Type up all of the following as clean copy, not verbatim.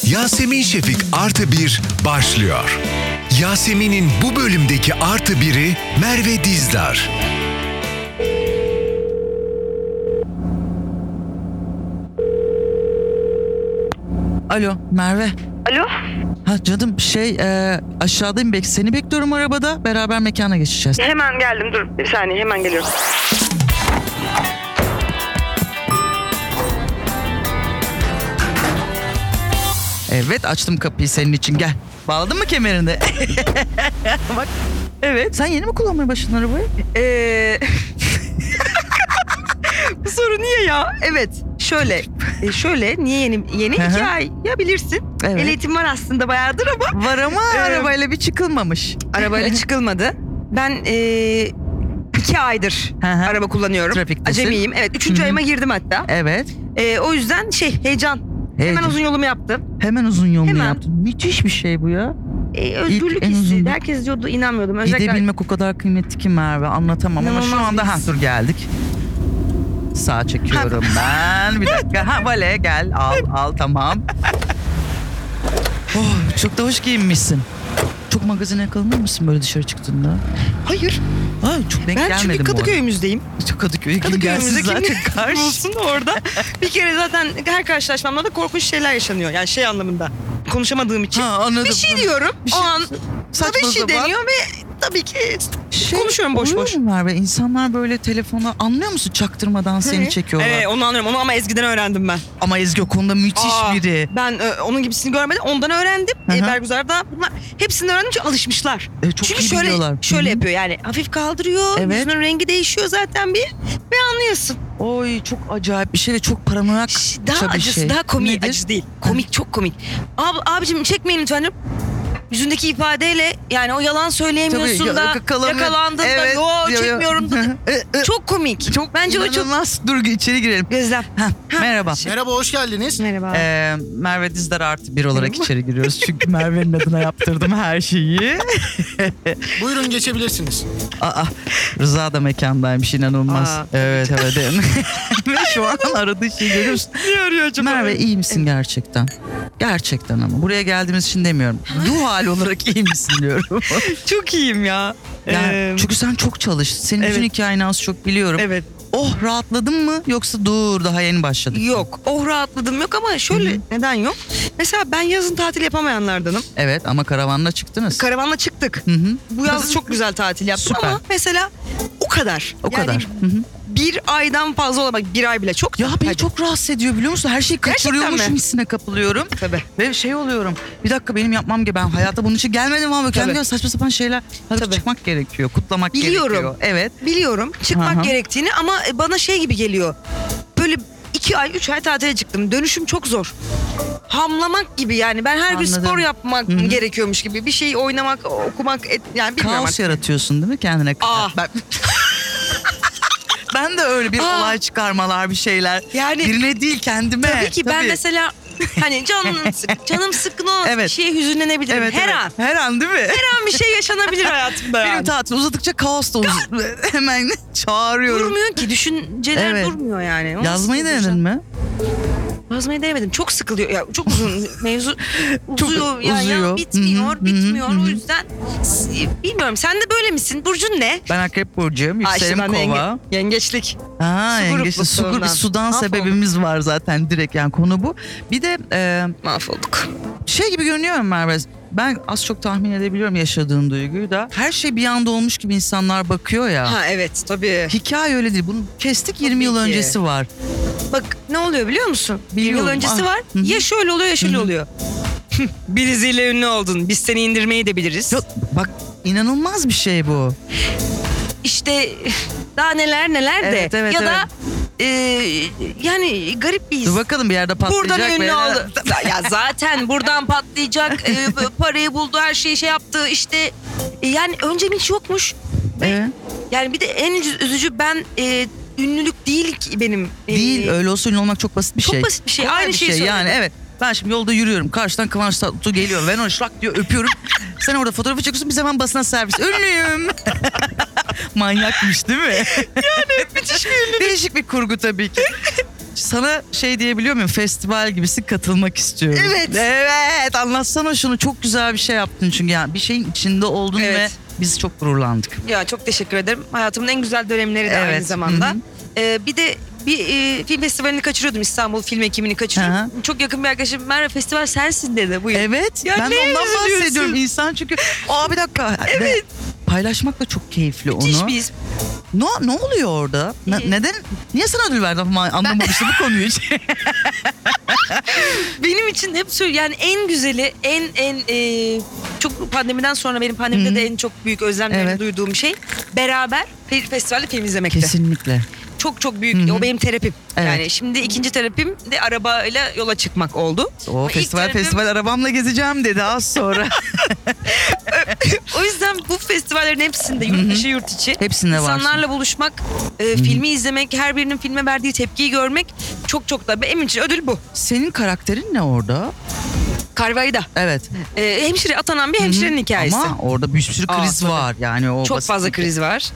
Yasemin Şefik Artı Bir başlıyor. Yasemin'in bu bölümdeki artı biri Merve Dizdar. Alo Merve. Alo? Ha canım aşağıdayım, seni bekliyorum arabada, beraber mekana geçeceğiz. Hemen geldim, dur bir saniye, hemen geliyorum. Evet, açtım kapıyı senin için, gel. Bağladın mı kemerini? Bak. Evet. Sen yeni mi kullanmaya başladın arabayı? Bu soru niye ya? Evet. Şöyle niye yeni 2 ay ya, bilirsin. Evet. Ehliyetim var aslında bayağıdır ama. Var ama arabayla bir çıkılmamış. Arabayla çıkılmadı. Ben 2 aydır araba kullanıyorum. Trafiktesin. Acemiyim. Evet, 3. ayıma girdim hatta. Evet. O yüzden heyecan. Hemen uzun yolumu yaptım. Hemen uzun yolunu yaptın. Müthiş bir şey bu ya. Özgürlük hissi. Herkes diyordu, inanmıyordum. Özellikle... Gidebilmek o kadar kıymetli ki Merve, anlatamam. İnanılmaz ama şu anda dur geldik. Sağ çekiyorum ben. Bir dakika. Vale gel. Al tamam. Oh, çok da hoş giyinmişsin. Çok magazine yakalanır mısın böyle dışarı çıktığında? Hayır. Çok denk ben gelmedim. çünkü Kadıköy'ümüzdeyim. Kadıköy'ümüzde zaten karşısın orada. Bir kere zaten her karşılaşmamda da korkunç şeyler yaşanıyor. Yani anlamında. Konuşamadığım için. Anladım. Bir şey diyorum. O an bir şey sapan deniyor ve tabii ki konuşuyorum boş boş. Oluyor mu Merve? İnsanlar böyle telefona, anlıyor musun, çaktırmadan seni çekiyorlar. Evet, onu anlıyorum. Onu ama Ezgi'den öğrendim ben. Ama Ezgi o konuda müthiş biri. Ben onun gibisini görmedim. Ondan öğrendim. Bergüzar'da bunlar hepsini öğrendim çünkü alışmışlar. Çok çünkü iyi biliyorlar. şöyle yapıyor yani, hafif kaldırıyor. Evet. Yüzünün rengi değişiyor zaten ve anlıyorsun. Oy, çok acayip bir şey ve çok paranoyak daha bir acısı, şey. daha komik. Nedir? Acısı değil. Komik, çok komik. Abicim çekmeyin lütfen. Yüzündeki ifadeyle yani o yalan söyleyemiyorsun da yakalandın da çekmiyorum da. Çok komik. Bence o çok... Dur içeri girelim. Gözlem. Merhaba. Merhaba, hoş geldiniz. Merhaba. Merve Dizdar Artı Bir olarak içeri giriyoruz. Çünkü Merve'nin adına yaptırdım her şeyi. Buyurun, geçebilirsiniz. Rıza da mekandaymış, inanılmaz. Evet. Ve şu an aradığı şeyi görüyor musun? Ne arıyor acaba? Merve, iyi misin gerçekten? Gerçekten ama. Buraya geldiğimiz için demiyorum. Ruh hali olarak iyi misin diyorum. Çok iyiyim ya. Yani, çünkü sen çok çalıştın. Senin bütün hikayeni az çok biliyorum. Evet. Rahatladın mı yoksa daha yeni başladık? Yok, rahatladım yok ama şöyle neden yok? Mesela ben yazın tatil yapamayanlardanım. Evet, ama karavanla çıktınız. Karavanla çıktık. Hı-hı. Bu yaz çok güzel tatil yaptım. Süper. Ama mesela o kadar. O kadar. Hı-hı. Bir aydan fazla olamaz. Bir ay bile çok. Ya beni çok rahatsız ediyor, biliyor musun? Her şeyi kaçırıyormuşum hissine kapılıyorum. Tabii. Ve oluyorum. Bir dakika, benim yapmam gerekiyor. Ben hayata bunun için gelmedim ama kendime saçma sapan şeyler. Hadi çıkmak gerekiyor, kutlamak gerekiyor. Evet. Biliyorum çıkmak gerektiğini ama bana gibi geliyor. Böyle 2 ay 3 ay tatile çıktım. Dönüşüm çok zor. Hamlamak gibi yani. Ben her gün spor yapmak gerekiyormuş gibi. Bir şey oynamak, okumak yani bilmiyorum. Kaos yaratıyorsun değil mi kendine? Ben de öyle bir olay çıkarmalar, bir şeyler. Yani birine değil, kendime. Tabii ki ben mesela hani canım sıkkın olan bir şeye hüzünlenebilirim. Evet, her an değil mi? Her an bir şey yaşanabilir hayatımda yani. Benim tatil uzadıkça kaos da hemen çağırıyorum. Durmuyor ki, düşünceler durmuyor yani. Yazmayı denedin mi? Yazmayı denemedim. Çok sıkılıyor. Ya çok uzun mevzu. Uzuyor. Uzuyor. Bitmiyor. O yüzden bilmiyorum. Sen de böyle misin? Burcun ne? Ben Akrep burcuyum. Yükselim Kova. Yengeçlik. Yengeçlik. Sudan sebebimiz var zaten, direkt yani konu bu. Bir de mahvolduk. Gibi görünüyor Merve. Ben az çok tahmin edebiliyorum yaşadığın duyguyu da. Her şey bir anda olmuş gibi insanlar bakıyor ya. Evet tabii. Hikaye öyle değil. Bunun kestik 20 yıl öncesi var. Bak ne oluyor biliyor musun? 20 yıl öncesi var. Hı-hı. Ya şöyle oluyor ya şöyle oluyor. Bir diziyle ünlü oldun. Biz seni indirmeyi de biliriz. Bak, inanılmaz bir şey bu. İşte daha neler de. Evet, ya da yani garip bir his. Dur bakalım, bir yerde patlayacak. Buradan ünlü oldu. Ya zaten buradan patlayacak. Parayı buldu, her şeyi yaptı. İşte yani önce hiç yokmuş. Evet. Yani bir de en üzücü, ben ünlülük değil ki benim. Değil, öyle olsa ünlü olmak çok basit bir şey. Çok basit bir şey. Kolay Aynı bir şeyi şey söyledim. yani, evet. Ben şimdi yolda yürüyorum. Karşıdan Kıvanç Tatlıtuğ geliyor. Ben onu şlak diyor öpüyorum. Sen orada fotoğrafı çekiyorsun. Biz hemen basına servis. Ünlüyüm. Manyakmış değil mi? Yani müthiş bir ünlülük. Değişik bir kurgu tabii ki. Sana şey diyebiliyor muyum? Festival gibisi katılmak istiyorum. Evet. Evet, anlatsana şunu. Çok güzel bir şey yaptın çünkü yani bir şeyin içinde oldun Evet. ve biz çok gururlandık. Ya çok teşekkür ederim. Hayatımın en güzel dönemleri de Evet. aynı zamanda. Hı Bir de bir film festivalini kaçırıyordum. İstanbul Film Ekimini kaçırıyordum. Çok yakın bir arkadaşım Merve festival sensin dedi bu yıl. Evet. Ya ben neye ondan üzülüyorsun? bahsediyorum. İnsan çünkü bir dakika. Evet. Paylaşmak da çok keyifli Müthiş onu. bir his. Ne oluyor orada? Neden? Niye sana ödül verdim ama anlamamıştım bu konuyu hiç. Benim için hep yani en güzeli, en çok pandemiden sonra benim pandemide de en çok büyük özlemlerini Evet. duyduğum şey beraber festivalde film izlemekte. Kesinlikle. Çok büyük. O benim terapim. Evet. Yani şimdi ikinci terapim de arabayla yola çıkmak oldu. O Ama ilk terapim- festival arabamla gezeceğim dedi az sonra. O yüzden bu festivallerin hepsinde yurt dışı yurt içi Hepsinde varsın. insanlarla buluşmak, filmi izlemek, her birinin filme verdiği tepkiyi görmek çok da benim için ödül bu. Senin karakterin ne orada? Karvayda. Evet. Hemşire atanan bir hemşirenin hikayesi. Ama orada bir sürü kriz tabii. var. Yani o Çok basit fazla bir- kriz var.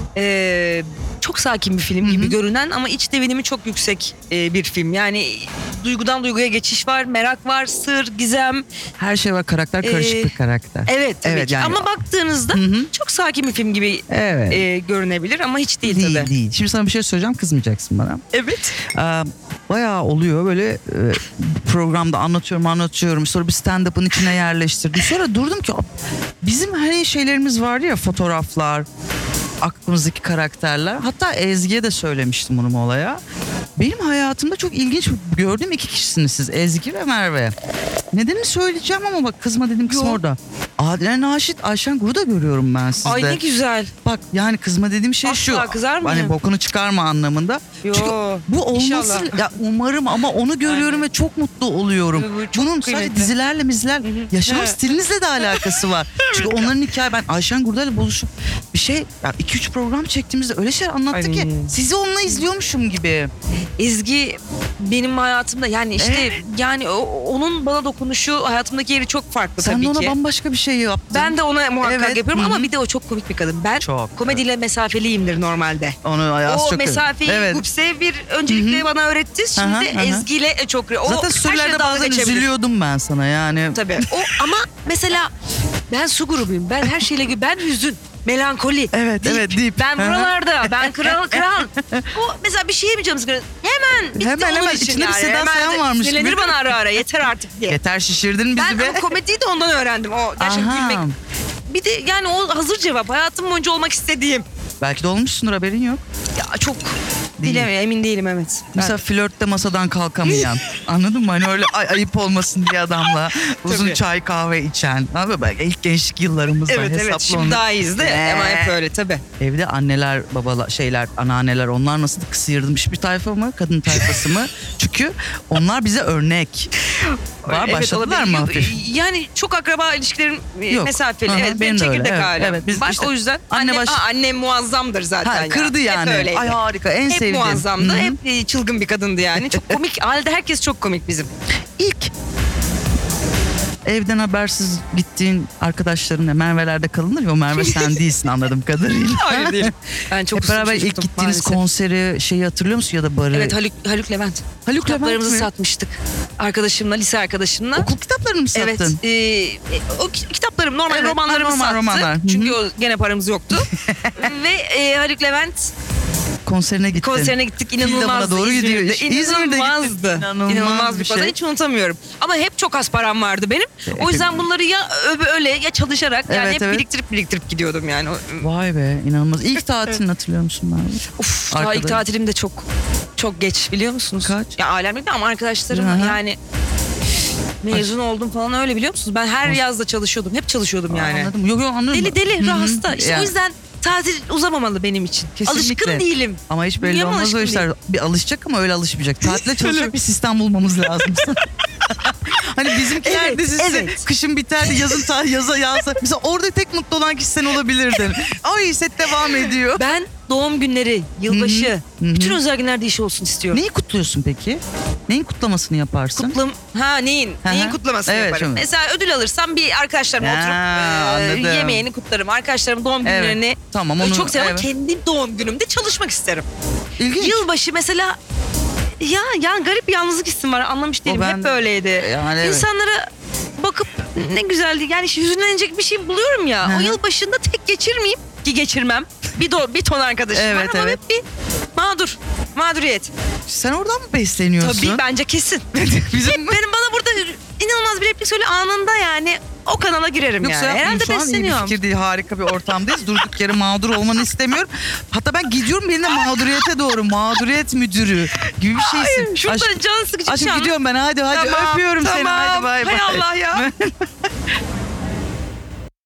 Çok sakin bir film gibi görünen ama iç devinimi çok yüksek bir film. Yani duygudan duyguya geçiş var, merak var, sır, gizem. Her şey var, karakter karışık bir karakter. Evet tabii Evet, ki. yani- Ama baktığınızda çok sakin bir film gibi Evet. görünebilir ama hiç değil tabii. Değil. Şimdi sana bir şey söyleyeceğim, kızmayacaksın bana. Evet. Bayağı oluyor böyle programda anlatıyorum. Sonra bir stand-up'ın içine yerleştirdim. Sonra durdum ki bizim her şeylerimiz vardı ya, fotoğraflar, aklımızdaki karakterler. Hatta Ezgi'ye de söylemiştim bunu Mola'ya. Benim hayatımda çok ilginç gördüğüm iki kişisiniz siz, Ezgi ve Merve. Nedenini söyleyeceğim ama bak kızma dediğim kısım Yok. orada. Adile Naşit, Ayşen Gur'u da görüyorum ben sizde. Ay ne güzel. Bak yani kızma dediğim şey Asla şu. kızar mıyım? Hani bokunu çıkarma anlamında. Yo, Çünkü bu olması inşallah. ya umarım ama onu görüyorum ve çok mutlu oluyorum. Bu çok Bunun kıymetli. sadece dizilerle yaşam Evet. stilinizle de alakası var. Çünkü onların hikaye, ben Ayşen Gurda'yla buluşup bir şey 2-3 program çektiğimizde öyle şeyler anlattı Ay. ki sizi onunla izliyormuşum gibi. Ezgi benim hayatımda yani işte yani onun bana dokunuşu hayatımdaki yeri çok farklı Sen tabii de ona ki. bambaşka bir şey yaptın. Ben de ona muhakkak Evet, yapıyorum hı hı. ama bir de o çok komik bir kadın. Ben Çok, komediyle mesafeliyimdir normalde. onu az O çok mesafeyi evet. Gupse bir öncelikle bana öğretti. Şimdi Aha. Ezgi'yle çok... O Zaten her şeye sürelerde dalga bazen geçebilir. üzülüyordum ben sana yani. Tabii. Ama mesela ben su grubuyum. Ben her şeyle... Ben hüzün. Melankoli. Evet, dip. Ben Hı hı. buralarda. Ben kral. O mesela bir şey mi canım sıkılır? Hemen bitti Hemen, onun için içinde bir yani. Seda Hemen Sayan varmış sinirlenir gibi. bana ara yeter artık diye. Yeter şişirdin bizi Ben be. ama komediyi de ondan öğrendim. O gerçekten Aha. gülmek. Bir de yani o hazır cevap. Hayatım boyunca olmak istediğim. Belki de olmuşsundur, haberin yok. Ya çok Değil. bilemiyorum, emin değilim evet. Mesela flörtte masadan kalkamayan. Anladın mı? Hani öyle ayıp olmasın diye adamla uzun Tabii. çay kahve içen. Abi bak ilk gençlik yıllarımızda Evet hesapla evet şimdi onu. daha iyiyiz de ama hep öyle tabii. Evde anneler, babalar, anneanneler, onlar nasıl sıyırmış bir tayfa mı? Kadın tayfası mı? Çünkü onlar bize örnek. Var, Evet, başladılar olabilir. mı hafif? Yani çok akraba ilişkilerim Yok. mesafeli. Aha, Evet benim benim de öyle, çekirdek evet. ailem. Evet, biz Bak işte o yüzden anne annem muazzamdır zaten Ha, ya. kırdı yani. Hep öyleydi. Ay harika, en Hep sevdiğim. muazzamdı. Hı hı. Hep çılgın bir kadındı yani. Çok komik. Ailede herkes çok komik bizim. İlk evden habersiz gittiğin arkadaşlarınla Merve'lerde kalınır ya, o Merve sen değilsin anladığım kadarıyla. Hayır değilim. Ben çok Hep beraber ilk suçluştum gittiğiniz maalesef. konseri şeyi hatırlıyor musun ya da barı? Evet Haluk Levent. Haluk Kitaplarımızı Levent mi? satmıştık. Arkadaşımla, lise arkadaşımla. Okul kitaplarını mı Evet. sattın? O kitaplarım normal Evet, romanlarımı normal sattı. romanlar. Hı hı. Çünkü o gene paramız yoktu. Ve Haluk Levent Konserine gittin. konserine gittik. Fil damına İnanılmazdı. doğru gidiyor. İzmir'de. İzmir'de gittin. İnanılmazdı. İnanılmaz bir şey. şey. Hiç unutamıyorum. Ama hep çok az param vardı benim. O yüzden bunları ya öyle ya çalışarak yani Evet, hep evet. biriktirip gidiyordum yani. Vay be, inanılmaz. İlk tatilini hatırlıyor musun Merve? Uf, daha ilk Arkadaş. tatilim de çok geç biliyor musunuz? Kaç? Ya alemlikte ama arkadaşlarım Aha. yani mezun oldum falan öyle biliyor musunuz? Ben her yazda çalışıyordum. Hep çalışıyordum yani. Anladım. Yok anladım. Deli Hı hı. hasta. İşte Yani o yüzden tatil uzamamalı benim için. Kesinlikle. Alışkın değilim. Ama hiç belli Dünyama olmaz o alışkın işler. Bir alışacak ama öyle alışmayacak. Tatile çalışacak bir sistem bulmamız lazım. Hani bizimkiler Evet, dizisi evet. kışın biterdi, yazın yaza yağsa. Mesela orada tek mutlu olan kişi sen olabilirdin. Ay set devam ediyor. Ben doğum günleri, yılbaşı, Hı hı. bütün özel günlerde iş olsun istiyorum. Neyi kutluyorsun peki? Neyin kutlamasını yaparsın? Neyin Hı. kutlamasını Evet, yaparım. şimdi. Mesela ödül alırsam bir arkadaşlarımla Ha, oturup anladım. yemeğini kutlarım. Arkadaşlarımın doğum Evet, günlerini tamam, onu- çok severim. evet. Kendi doğum günümde çalışmak isterim. İlginç. Yılbaşı mesela yani garip bir yalnızlık hissim var. Anlamış değilim. Hep böyleydi. Yani evet. İnsanlara bakıp ne güzeldi. Yani hüzünlenecek bir şey buluyorum ya. O yıl başında tek geçirmeyeyim ki geçirmem. Bir ton arkadaşım var ama hep bir mağduriyet. Sen oradan mı besleniyorsun? Tabii bence kesin. Benim bana burada inanılmaz bir replik söyle anında yani o kanala girerim Yoksa yani. Herhalde şu an iyi bir besleniyorum. fikir değil. Harika bir ortamdayız. Durduk yere mağdur olmanı istemiyorum. Hatta ben gidiyorum birine mağduriyete doğru. Mağduriyet müdürü gibi bir şeysin. Şurada can sıkıcı bir şey Aşkım gidiyorum ben hadi Tamam, öpüyorum seni. Hadi bay bay. Hay Allah ya.